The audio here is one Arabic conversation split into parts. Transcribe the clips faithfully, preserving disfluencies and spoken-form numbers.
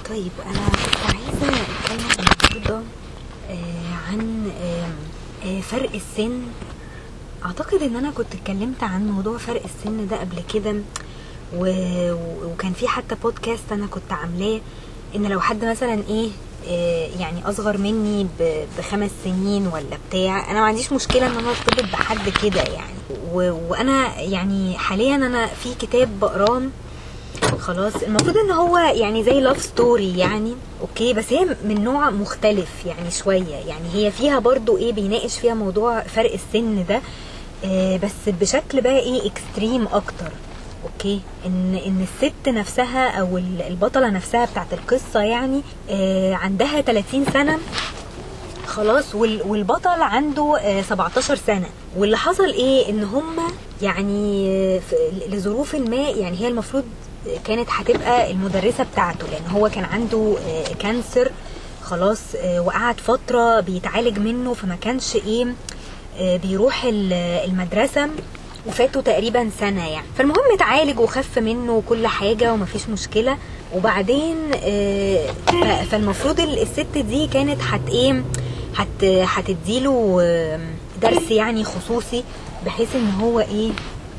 طيب انا كنت عايزه اتكلم النهارده آه عن آه آه فرق السن. اعتقد ان انا كنت اتكلمت عن موضوع فرق السن ده قبل كده، وكان في حتى بودكاست انا كنت عاملاه ان لو حد مثلا ايه آه يعني اصغر مني بخمس سنين ولا بتاع، انا ما عنديش مشكله ان انا ارتبط بحد كده يعني. وانا يعني حاليا انا في كتاب بقراه خلاص، المفروض ان هو يعني زي لاف ستوري يعني اوكي، بس هي من نوع مختلف يعني شوية، يعني هي فيها برضو ايه بيناقش فيها موضوع فرق السن ده آه بس بشكل بقى ايه اكستريم اكتر. اوكي، ان ان الست نفسها او البطلة نفسها بتاعت القصة يعني آه عندها ثلاثين سنة خلاص، والبطل عنده آه سبعتاشر سنة. واللي حصل ايه ان هما يعني لظروف ما، يعني هي المفروض كانت هتبقى المدرسة بتاعته، لان هو كان عنده كانسر خلاص، وقعد فترة بيتعالج منه، فما كانش ايه بيروح المدرسة، وفاته تقريبا سنة يعني. فالمهم اتعالج وخف منه وكل حاجة ومفيش مشكلة. وبعدين فالمفروض الست دي كانت هت ايه هت هتديله درس يعني خصوصي بحيث ان هو ايه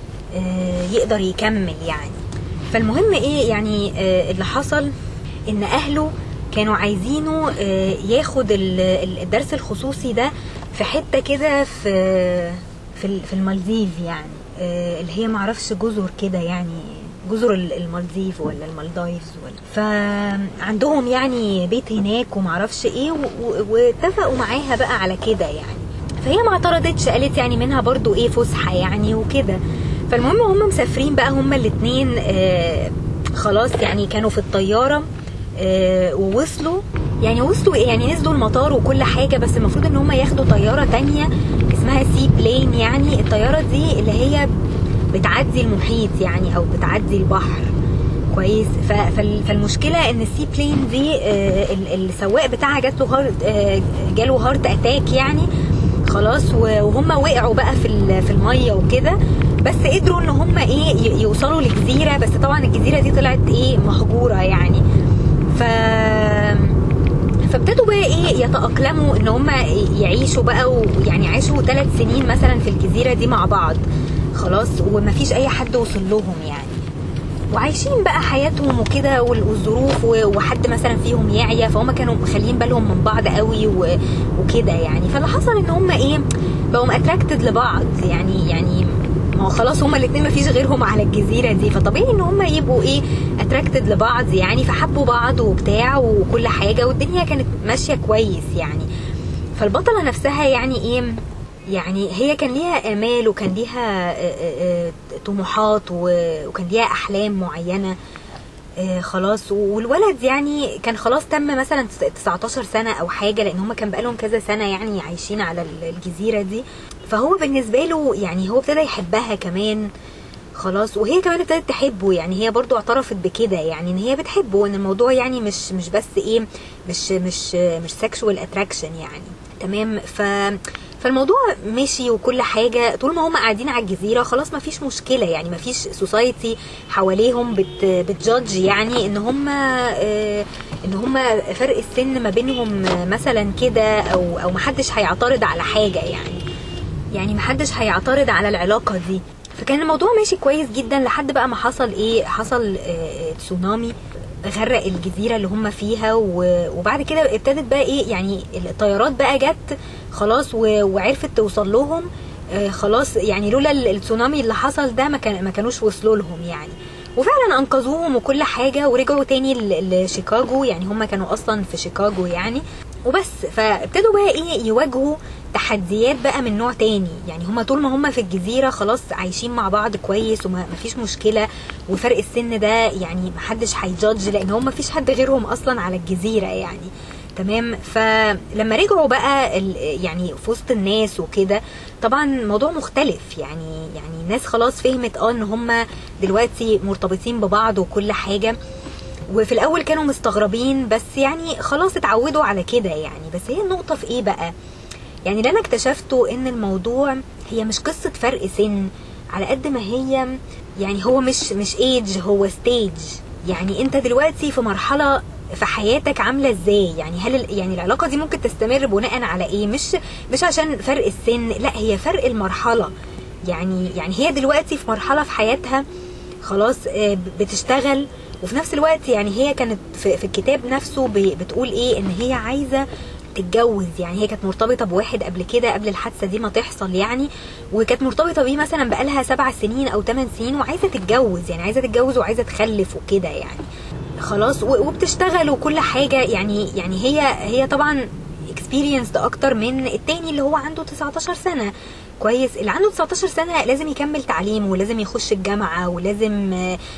يقدر يكمل يعني. فالمهم ايه يعني آه اللي حصل ان اهله كانوا عايزينه آه ياخد الدرس الخصوصي ده في حتة كده في في في المالديف يعني، آه اللي هي معرفش جزر كده يعني، جزر المالديف ولا المالدايفز ولا، فعندهم يعني بيت هناك ومعرفش ايه، واتفقوا معاها بقى على كده يعني. فهي ما اعترضتش، قالت يعني منها برضو ايه فسحة يعني وكده. فالمهم هم مسافرين بقى هم الاتنين آه خلاص، يعني كانوا في الطيارة آه ووصلوا يعني وصلوا يعني نزلوا المطار وكل حاجة، بس المفروض ان هم ياخدوا طيارة تانية اسمها سي بلين. يعني الطيارة دي اللي هي بتعدي المحيط يعني او بتعدي البحر كويس. فالمشكلة ان السي بلين دي آه السواق بتاعها جات له هارت آه جاله هارت اتاك يعني خلاص، وهم وقعوا بقى في في المية وكده، بس قدروا ان هم ايه يوصلوا لجزيرة، بس طبعا الجزيرة دي طلعت ايه مهجورة يعني. ف فابتدوا بقى ايه يتأقلموا ان هم يعيشوا بقى، ويعني عاشوا ثلاث سنين مثلا في الجزيرة دي مع بعض خلاص، ومفيش اي حد وصل لهم يعني، وعايشين بقى حياتهم وكده والظروف، وحد مثلا فيهم يعيا فهم كانوا مخلين بالهم من بعض قوي وكده يعني. فاللي حصل ان هم ايه بقوا اتراكتد لبعض يعني يعني ما هو خلاص هما الاثنين مفيش غيرهم على الجزيرة دي، فطبيعي ان هما يبقوا ايه اتراكتد لبعض يعني، فحبوا بعض وبتاع وكل حاجة، والدنيا كانت ماشية كويس يعني. فالبطلة نفسها يعني ايه يعني هي كان ليها امال وكان ليها طموحات وكان ليها احلام معينة خلاص، والولد يعني كان خلاص تم مثلا تسعتاشر سنة او حاجة، لان هما كان بقالهم كذا سنة يعني عايشين على الجزيرة دي. فهو بالنسبة له يعني هو ابتدى يحبها كمان خلاص، وهي كمان ابتدت تحبه يعني، هي برضو اعترفت بكده يعني ان هي بتحبه، وان الموضوع يعني مش مش بس ايه مش مش مش sexual attraction يعني تمام. ف فالموضوع مشي وكل حاجة طول ما هم قاعدين على الجزيرة خلاص، ما فيش مشكلة يعني، ما فيش سوسايتي حواليهم بت بتجادج يعني ان هم اه ان هم فرق السن ما بينهم مثلا كده، او او محدش هيعترض على حاجة يعني يعني محدش هيعترض على العلاقة دي. فكان الموضوع ماشي كويس جدا لحد بقى ما حصل ايه حصل اه تسونامي غرق الجزيرة اللي هم فيها، وبعد كده ابتدت بقى ايه يعني الطيارات بقى جت خلاص وعرفت توصل لهم آه خلاص يعني، لولا التسونامي اللي حصل ده ما, كان ما كانوش وصلوا لهم يعني. وفعلا انقذوهم وكل حاجة ورجعوا تاني لشيكاغو يعني، هم كانوا اصلا في شيكاغو يعني وبس. فابتدوا بقى ايه يواجهوا تحديات بقى من نوع تاني يعني، هم طول ما هم في الجزيرة خلاص عايشين مع بعض كويس وما فيش مشكلة، وفرق السن ده يعني محدش هيجادج لان هم مفيش حد غيرهم اصلا على الجزيرة يعني تمام. فلما رجعوا بقى يعني في وسط الناس وكده طبعا موضوع مختلف يعني يعني الناس خلاص فهمت اه ان هم دلوقتي مرتبطين ببعض وكل حاجة، وفي الاول كانوا مستغربين بس يعني خلاص اتعودوا على كده يعني. بس هي النقطة في ايه بقى يعني اللي انا اكتشفته ان الموضوع هي مش قصة فرق سن على قد ما هي يعني هو مش مش ايج، هو ستيج يعني. انت دلوقتي في مرحلة في حياتك عامله ازاي، يعني هل يعني العلاقه دي ممكن تستمر بناء على ايه؟ مش مش عشان فرق السن، لا هي فرق المرحله. يعني يعني هي دلوقتي في مرحله في حياتها خلاص بتشتغل، وفي نفس الوقت يعني هي كانت في, في الكتاب نفسه بتقول ايه، ان هي عايزه تتجوز. يعني هي كانت مرتبطه بواحد قبل كده، قبل الحادثه دي ما تحصل يعني، وكانت مرتبطه بيه مثلا بقالها سبع سنين او ثمان سنين، وعايزه تتجوز، يعني عايزه تتجوز وعايزه تخلف وكده يعني خلاص، وبتشتغل وكل حاجه. يعني يعني هي هي طبعا اكسبيرينسد اكتر من التاني اللي هو عنده تسعتاشر سنه. كويس، اللي عنده تسعتاشر سنه لازم يكمل تعليمه، ولازم يخش الجامعه، ولازم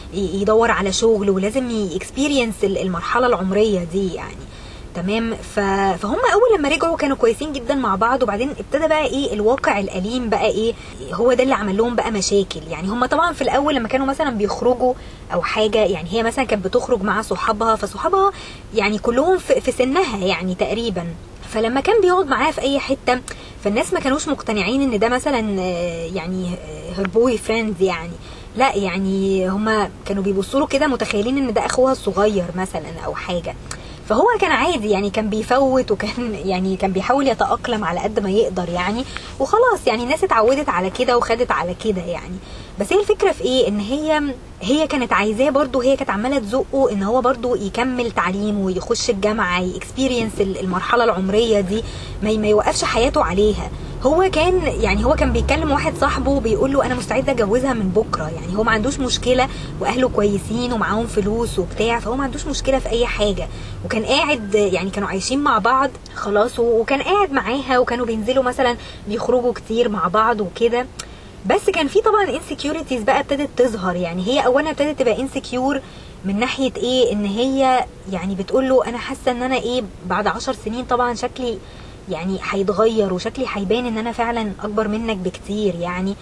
يدور على شغل، ولازم يكسبيرينس المرحله العمريه دي يعني. تمام. فهم اول لما رجعوا كانوا كويسين جدا مع بعض، وبعدين ابتدى بقى ايه الواقع الاليم بقى ايه، هو ده اللي عمل لهم بقى مشاكل. يعني هم طبعا في الاول لما كانوا مثلا بيخرجوا او حاجه، يعني هي مثلا كانت بتخرج مع صحابها، فصحابها يعني كلهم في سنها يعني تقريبا، فلما كان بيقعد معاها في اي حته فالناس ما كانوش مقتنعين ان ده مثلا يعني هير بوي فريند يعني، لا يعني هما كانوا بيبصوا له كده متخيلين ان ده اخوها الصغير مثلا او حاجه. فهو كان عادي يعني، كان بيفوت، وكان يعني كان بيحاول يتأقلم على قد ما يقدر يعني، وخلاص يعني الناس اتعودت على كده وخدت على كده يعني. بس هي الفكرة في ايه، ان هي هي كانت عايزاه برضو، هي كانت عمالة تزقه ان هو برضو يكمل تعليمه ويخش الجامعة، يكسبيرينس المرحلة العمرية دي، ما يوقفش حياته عليها. هو كان يعني هو كان بيتكلم واحد صاحبه بيقول له انا مستعد اتجوزها من بكره، يعني هو ما عندوش مشكله، واهله كويسين ومعاهم فلوس وبتاع، فهو ما عندوش مشكله في اي حاجه. وكان قاعد يعني كانوا عايشين مع بعض خلاص، وكان قاعد معاها، وكانوا بينزلوا مثلا بيخرجوا كتير مع بعض وكده. بس كان في طبعا انسكيورتيز بقى ابتدت تظهر. يعني هي اولا ابتدت تبقى انسكيور من ناحيه ايه، ان هي يعني بتقول له انا حاسه ان انا ايه بعد عشر سنين طبعا شكلي يعني هيتغير، وشكلي هيبان ان انا فعلا اكبر منك بكتير يعني.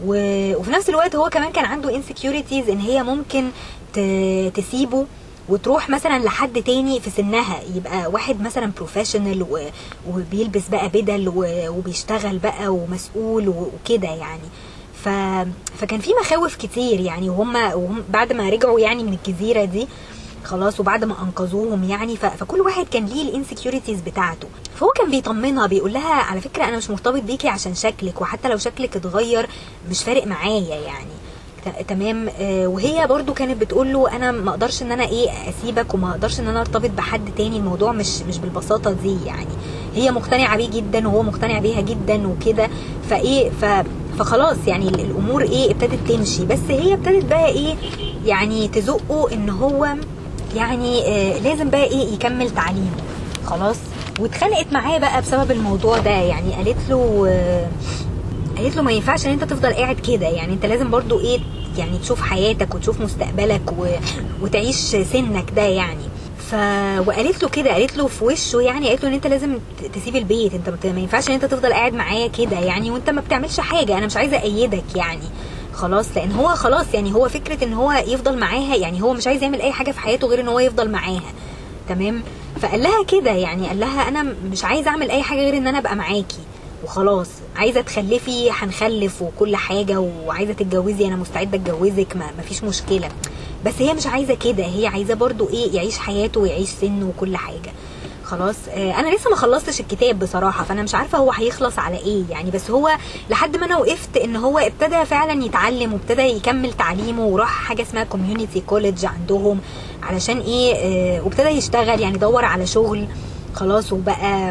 وفي نفس الوقت هو كمان كان عنده انسكيورتيز ان هي ممكن تسيبه وتروح مثلا لحد تاني في سنها، يبقى واحد مثلا بروفيشنال وبيلبس بقى بدل وبيشتغل بقى ومسؤول وكده يعني. ف... فكان في مخاوف كتير يعني، وهم, وهم بعد ما رجعوا يعني من الجزيرة دي خلاص، وبعد ما انقذوهم يعني، ف... فكل واحد كان ليه الانسكيورتيز بتاعته. فهو كان بيطمنها، بيقول لها على فكرة انا مش مرتبط بيكي عشان شكلك، وحتى لو شكلك اتغير مش فارق معايا يعني. تمام. وهي برضو كانت بتقول له انا ما اقدرش ان انا ايه اسيبك، وما اقدرش ان انا ارتبط بحد تاني، الموضوع مش مش بالبساطه دي يعني. هي مقتنعه بيه جدا وهو مقتنع بيها جدا وكده، فايه ف فخلاص يعني الامور ايه ابتدت تمشي. بس هي ابتدت بقى ايه يعني تزقه ان هو يعني آه لازم بقى ايه يكمل تعليمه خلاص. واتخانقت معاه بقى بسبب الموضوع ده. يعني قالت له آه قالت له ما ينفعش ان انت تفضل قاعد كده، يعني انت لازم برضو ايه يعني تشوف حياتك وتشوف مستقبلك و... وتعيش سنك ده يعني. ف وقالت له كده، قالت له في وشه يعني، قالت له ان انت لازم تسيب البيت، انت ما ينفعش ان انت تفضل قاعد معايا كده يعني، وانت ما بتعملش حاجه، انا مش عايزه ايدك يعني خلاص. لان هو خلاص يعني هو فكره ان هو يفضل معاها، يعني هو مش عايز يعمل اي حاجه في حياته غير ان هو يفضل معاها. تمام. فقال لها كده يعني، قال لها انا مش عايزه اعمل اي حاجه غير ان انا ابقى معاكي وخلاص، عايزه تخلفي هنخلف وكل حاجه، وعايزه تتجوزي انا مستعده اتجوزك، ما مفيش مشكله. بس هي مش عايزه كده، هي عايزه برضو ايه يعيش حياته ويعيش سنه وكل حاجه خلاص. آه انا لسه ما خلصتش الكتاب بصراحه، فانا مش عارفه هو هيخلص على ايه يعني. بس هو لحد ما انا وقفت ان هو ابتدى فعلا يتعلم، وابتدى يكمل تعليمه، وراح حاجه اسمها كوميونيتي كوليدج عندهم علشان ايه آه وابتدى يشتغل يعني، دور على شغل خلاص، وبقى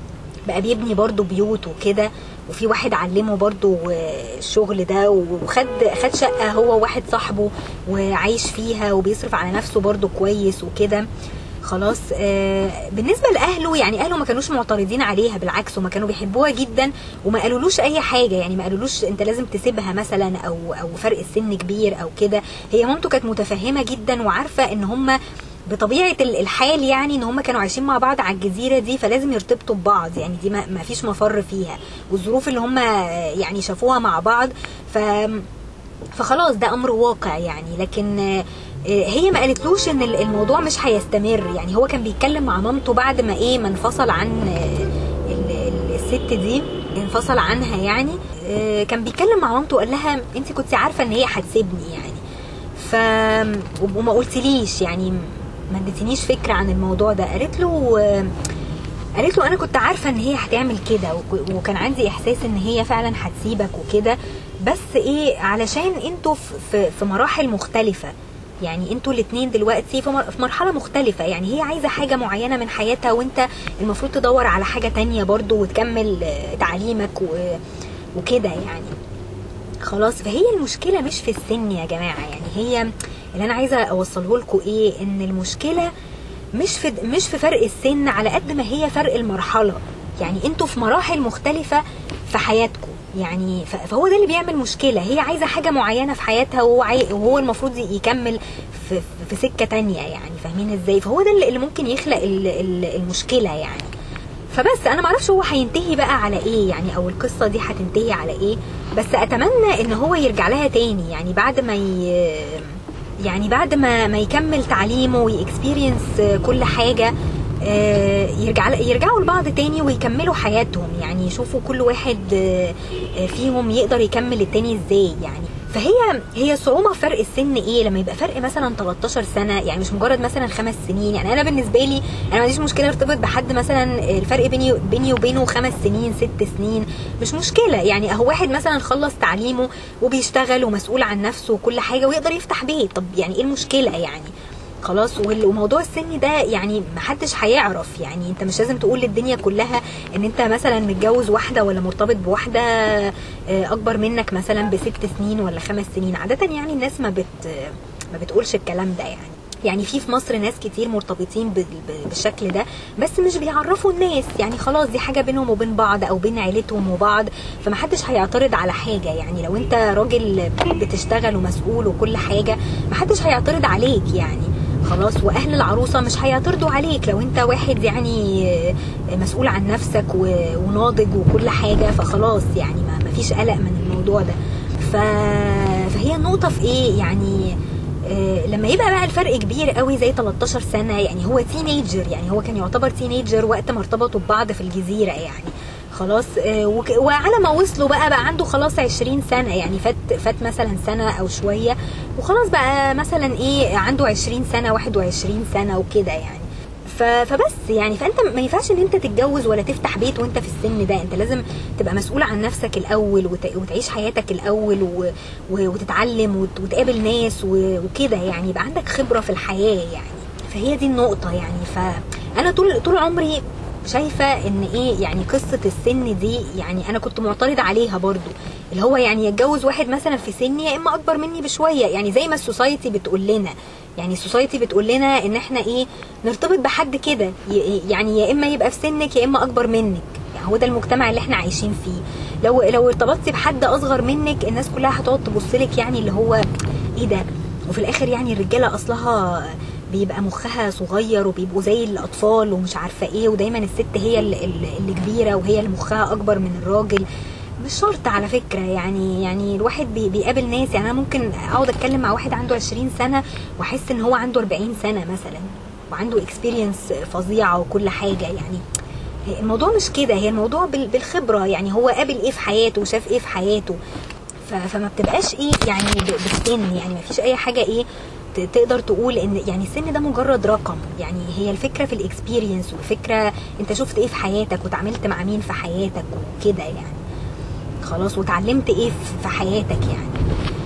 بقى بيبني برضو بيوت وكده. وفي واحد علمه برضو الشغل ده، وخد خد شقة هو واحد صاحبه وعايش فيها، وبيصرف على نفسه برضو كويس وكده خلاص. آه بالنسبة لأهله يعني، أهله ما كانوش معترضين عليها، بالعكس هما كانوا بيحبوها جدا، وما قالولوش أي حاجة يعني، ما قالولوش أنت لازم تسيبها مثلا أو أو فرق السن كبير أو كده. هي مامته كانت متفهمة جدا، وعارفة إن هما بطبيعه الحال يعني ان هم كانوا عايشين مع بعض على الجزيره دي، فلازم يرتبطوا ببعض يعني، دي ما فيش مفر فيها، والظروف اللي هم يعني شافوها مع بعض، ف فخلاص ده امر واقع يعني. لكن هي ما قالتلوش ان الموضوع مش هيستمر يعني. هو كان بيتكلم مع مامته بعد ما ايه ما انفصل عن الست دي، انفصل عنها يعني. كان بيتكلم مع مامته وقال لها انت كنت عارفه ان هي هتسيبني يعني، ف وما قلتليش يعني، ما ادتنيش فكره عن الموضوع ده. قالت له قالت له انا كنت عارفه ان هي هتعمل كده، وكان عندي احساس ان هي فعلا هتسيبك وكده، بس ايه علشان انتوا في في مراحل مختلفه، يعني انتوا الاثنين دلوقتي في مرحله مختلفه، يعني هي عايزه حاجه معينه من حياتها وانت المفروض تدور على حاجه تانية برضو وتكمل تعليمك وكده يعني. خلاص، فهي المشكله مش في السن يا جماعه، يعني هي اللي انا عايزه اوصله لكم ايه، ان المشكله مش في مش في فرق السن على قد ما هي فرق المرحله، يعني انتوا في مراحل مختلفه في حياتكم، يعني فهو ده اللي بيعمل مشكله. هي عايزه حاجه معينه في حياتها وهو المفروض يكمل في في سكه تانية، يعني فاهمين ازاي؟ فهو ده اللي ممكن يخلق المشكله يعني. فبس انا معرفش هو هينتهي بقى على ايه يعني، او القصه دي هتنتهي على ايه، بس اتمنى ان هو يرجع لها تاني، يعني بعد ما ي... يعني بعد ما ما يكمل تعليمه ويكسبيرينس كل حاجه، يرجع يرجعوا لبعض تاني ويكملوا حياتهم، يعني يشوفوا كل واحد فيهم يقدر يكمل التاني ازاي يعني. فهي هي صعوبه فرق السن ايه لما يبقى فرق مثلا تلتاشر سنه، يعني مش مجرد مثلا خمس سنين. يعني انا بالنسبه لي انا ما عنديش مشكله ارتبط بحد مثلا الفرق بيني بيني وبينه خمس سنين ست سنين، مش مشكله يعني. اهو واحد مثلا خلص تعليمه وبيشتغل ومسؤول عن نفسه وكل حاجه ويقدر يفتح بيت، طب يعني ايه المشكله يعني؟ خلاص. وموضوع السن ده يعني محدش هيعرف، يعني انت مش لازم تقول للدنيا كلها ان انت مثلا متجوز واحده ولا مرتبط بواحده اكبر منك مثلا بست سنين ولا خمس سنين. عاده يعني الناس ما بت ما بتقولش الكلام ده يعني. يعني في في مصر ناس كتير مرتبطين بالشكل ده بس مش بيعرفوا الناس، يعني خلاص دي حاجه بينهم وبين بعض او بين عيلتهم وبعض، فمحدش هيعترض على حاجه. يعني لو انت راجل بتشتغل ومسؤول وكل حاجه محدش هيعترض عليك يعني. خلاص. واهل العروسه مش هيعترضوا عليك لو انت واحد يعني مسؤول عن نفسك وناضج وكل حاجه، فخلاص يعني ما فيش قلق من الموضوع ده. فهي النقطه في ايه يعني، لما يبقى بقى الفرق كبير قوي زي تلتاشر سنه، يعني هو تينيجر، يعني هو كان يعتبر تينيجر وقت ما ارتبطوا ببعض في الجزيره يعني. خلاص. وعلى ما وصلوا بقى بقى عنده خلاص عشرين سنه، يعني فات فات مثلا سنه او شويه وخلاص بقى مثلا ايه عنده عشرين سنه واحد وعشرين سنه وكده يعني. فبس يعني فانت ما ينفعش ان انت تتجوز ولا تفتح بيت وانت في السن ده. انت لازم تبقى مسؤول عن نفسك الاول وتعيش حياتك الاول وتتعلم وتقابل ناس وكده، يعني يبقى عندك خبره في الحياه يعني. فهي دي النقطه يعني. فانا طول طول عمري شايفه ان ايه يعني قصه السن دي، يعني انا كنت معترضه عليها برضو، اللي هو يعني يتجوز واحد مثلا في سني يا اما اكبر مني بشويه، يعني زي ما السوسايتي بتقول لنا. يعني السوسايتي بتقول لنا ان احنا ايه نرتبط بحد كده، يعني يا اما يبقى في سنك يا اما اكبر منك، يعني هو ده المجتمع اللي احنا عايشين فيه. لو لو ارتبطتي بحد اصغر منك الناس كلها هتقعد تبص لك يعني اللي هو ايه ده. وفي الاخر يعني الرجاله اصلها بيبقى مخها صغير وبيبقوا زي الاطفال ومش عارفه ايه، ودايما الست هي اللي كبيره وهي اللي مخها اكبر من الراجل. مش شرط على فكره يعني. يعني الواحد بيقابل ناس، يعني انا ممكن اقعد اتكلم مع واحد عنده عشرين سنه واحس ان هو عنده اربعين سنه مثلا وعنده اكسبيرينس فظيعه وكل حاجه. يعني الموضوع مش كده، هي الموضوع بالخبره، يعني هو قابل ايه في حياته وشاف ايه في حياته. فما بتبقاش ايه يعني بالسن، يعني ما فيش اي حاجه ايه تقدر تقول ان يعني السن ده مجرد رقم. يعني هي الفكره في الاكسبيرينس، والفكره انت شفت ايه في حياتك وتعاملت مع مين في حياتك وكده يعني. خلاص. وتعلمت ايه في حياتك يعني.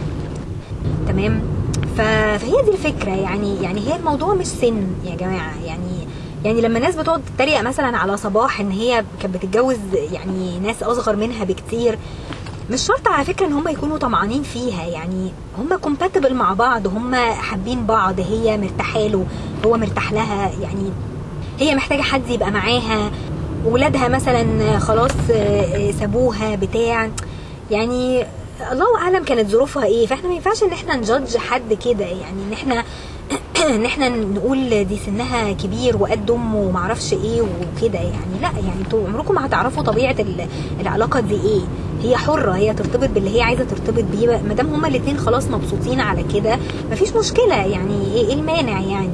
تمام. فهي دي الفكره يعني. يعني هي الموضوع مش سن يا جماعه. يعني يعني لما الناس بتقعد تتريق مثلا على صباح ان هي كانت بتتجوز يعني ناس اصغر منها بكتير، مش شرط على فكره ان هم يكونوا طمعانين فيها. يعني هم كومباتبل مع بعض، هم حابين بعض، هي مرتاحه له هو مرتاح لها، يعني هي محتاجه حد يبقى معاها، ولادها مثلا خلاص سابوها بتاع، يعني الله اعلم كانت ظروفها ايه. فاحنا ما ينفعش ان احنا نجادج حد كده، يعني ان احنا ان احنا نقول دي سنها كبير وقد امه وما اعرفش ايه وكده يعني. لا يعني انتوا عمركم ما هتعرفوا طبيعه العلاقه دي ايه. هي حره، هي ترتبط باللي هي عايزه ترتبط بيه، ما دام هما الاثنين خلاص مبسوطين على كده مفيش مشكله. يعني ايه المانع يعني.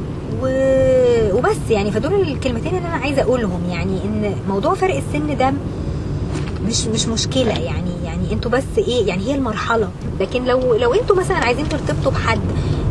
وبس يعني. فدول الكلمتين اللي انا عايزه اقولهم، يعني ان موضوع فرق السن ده مش مش مشكله يعني. يعني انتوا بس ايه يعني هي المرحله. لكن لو لو انتوا مثلا عايزين ترتبطوا بحد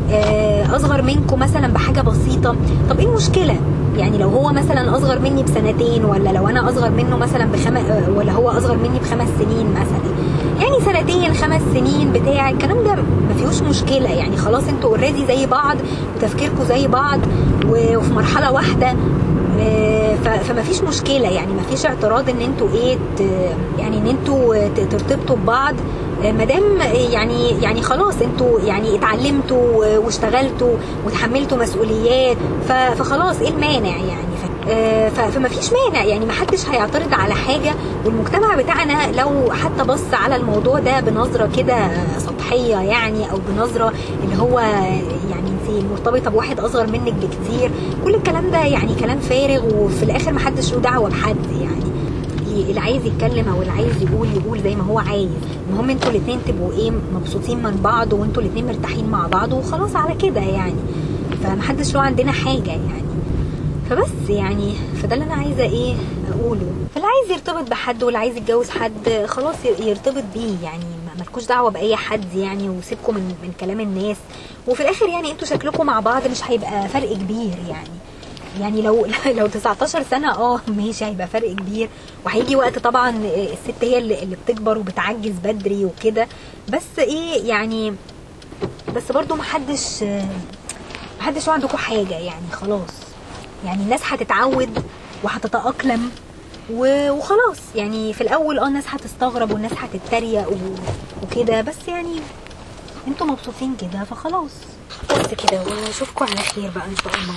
اصغر منكم مثلا بحاجه بسيطه، طب ايه المشكله؟ يعني لو هو مثلا اصغر مني بسنتين، ولا لو انا اصغر منه مثلا بخم ولا هو اصغر مني بخمس سنين مثلا، يعني سنتين خمس سنين بتاع الكلام ده ما فيهوش مشكله. يعني خلاص انتوا اوريدي زي بعض وتفكيركم زي بعض وفي مرحله واحده، فما فيش مشكله. يعني ما فيش اعتراض ان انتوا ايه يعني ان انتوا ترتبطوا ببعض ما دام يعني يعني خلاص انتوا يعني اتعلمتوا واشتغلتوا وتحملتوا مسؤوليات، فخلاص ايه المانع يعني؟ فما فيش مانع، يعني ما حدش هيعترض على حاجه. والمجتمع بتاعنا لو حتى بص على الموضوع ده بنظره كده سطحيه يعني، او بنظره اللي هو يعني انت مرتبطه بواحد اصغر منك بكتير، كل الكلام ده يعني كلام فارغ، وفي الاخر ما حدش له دعوه بحد. يعني اللي عايز يتكلم او اللي عايز يقول يقول زي ما هو عايز، المهم انتوا الاثنين تبقوا ايه مبسوطين من بعض، وانتوا الاثنين مرتاحين مع بعض وخلاص على كده يعني. فمحدش له عندنا حاجه يعني. فبس يعني فده اللي انا عايزه ايه اقوله. فاللي عايز يرتبط بحد واللي عايز يتجوز حد خلاص يرتبط بيه، يعني مالكوش دعوه باي حد يعني، وسيبكم من من كلام الناس. وفي الاخر يعني انتوا شكلكم مع بعض مش هيبقى فرق كبير يعني. يعني لو لو تسعتاشر سنه اه ماشي هيبقى فرق كبير، وهيجي وقت طبعا الست هي اللي, اللي بتكبر وبتعجز بدري وكده، بس ايه يعني بس برضو محدش محدش عندكم حاجه يعني. خلاص يعني الناس هتتعود وهتتأقلم وخلاص. يعني في الاول اه الناس هتستغرب والناس هتتريق وكده، بس يعني انتوا مبسوطين كده فخلاص. بس كده ونشوفكم على خير بقى ان شاء الله.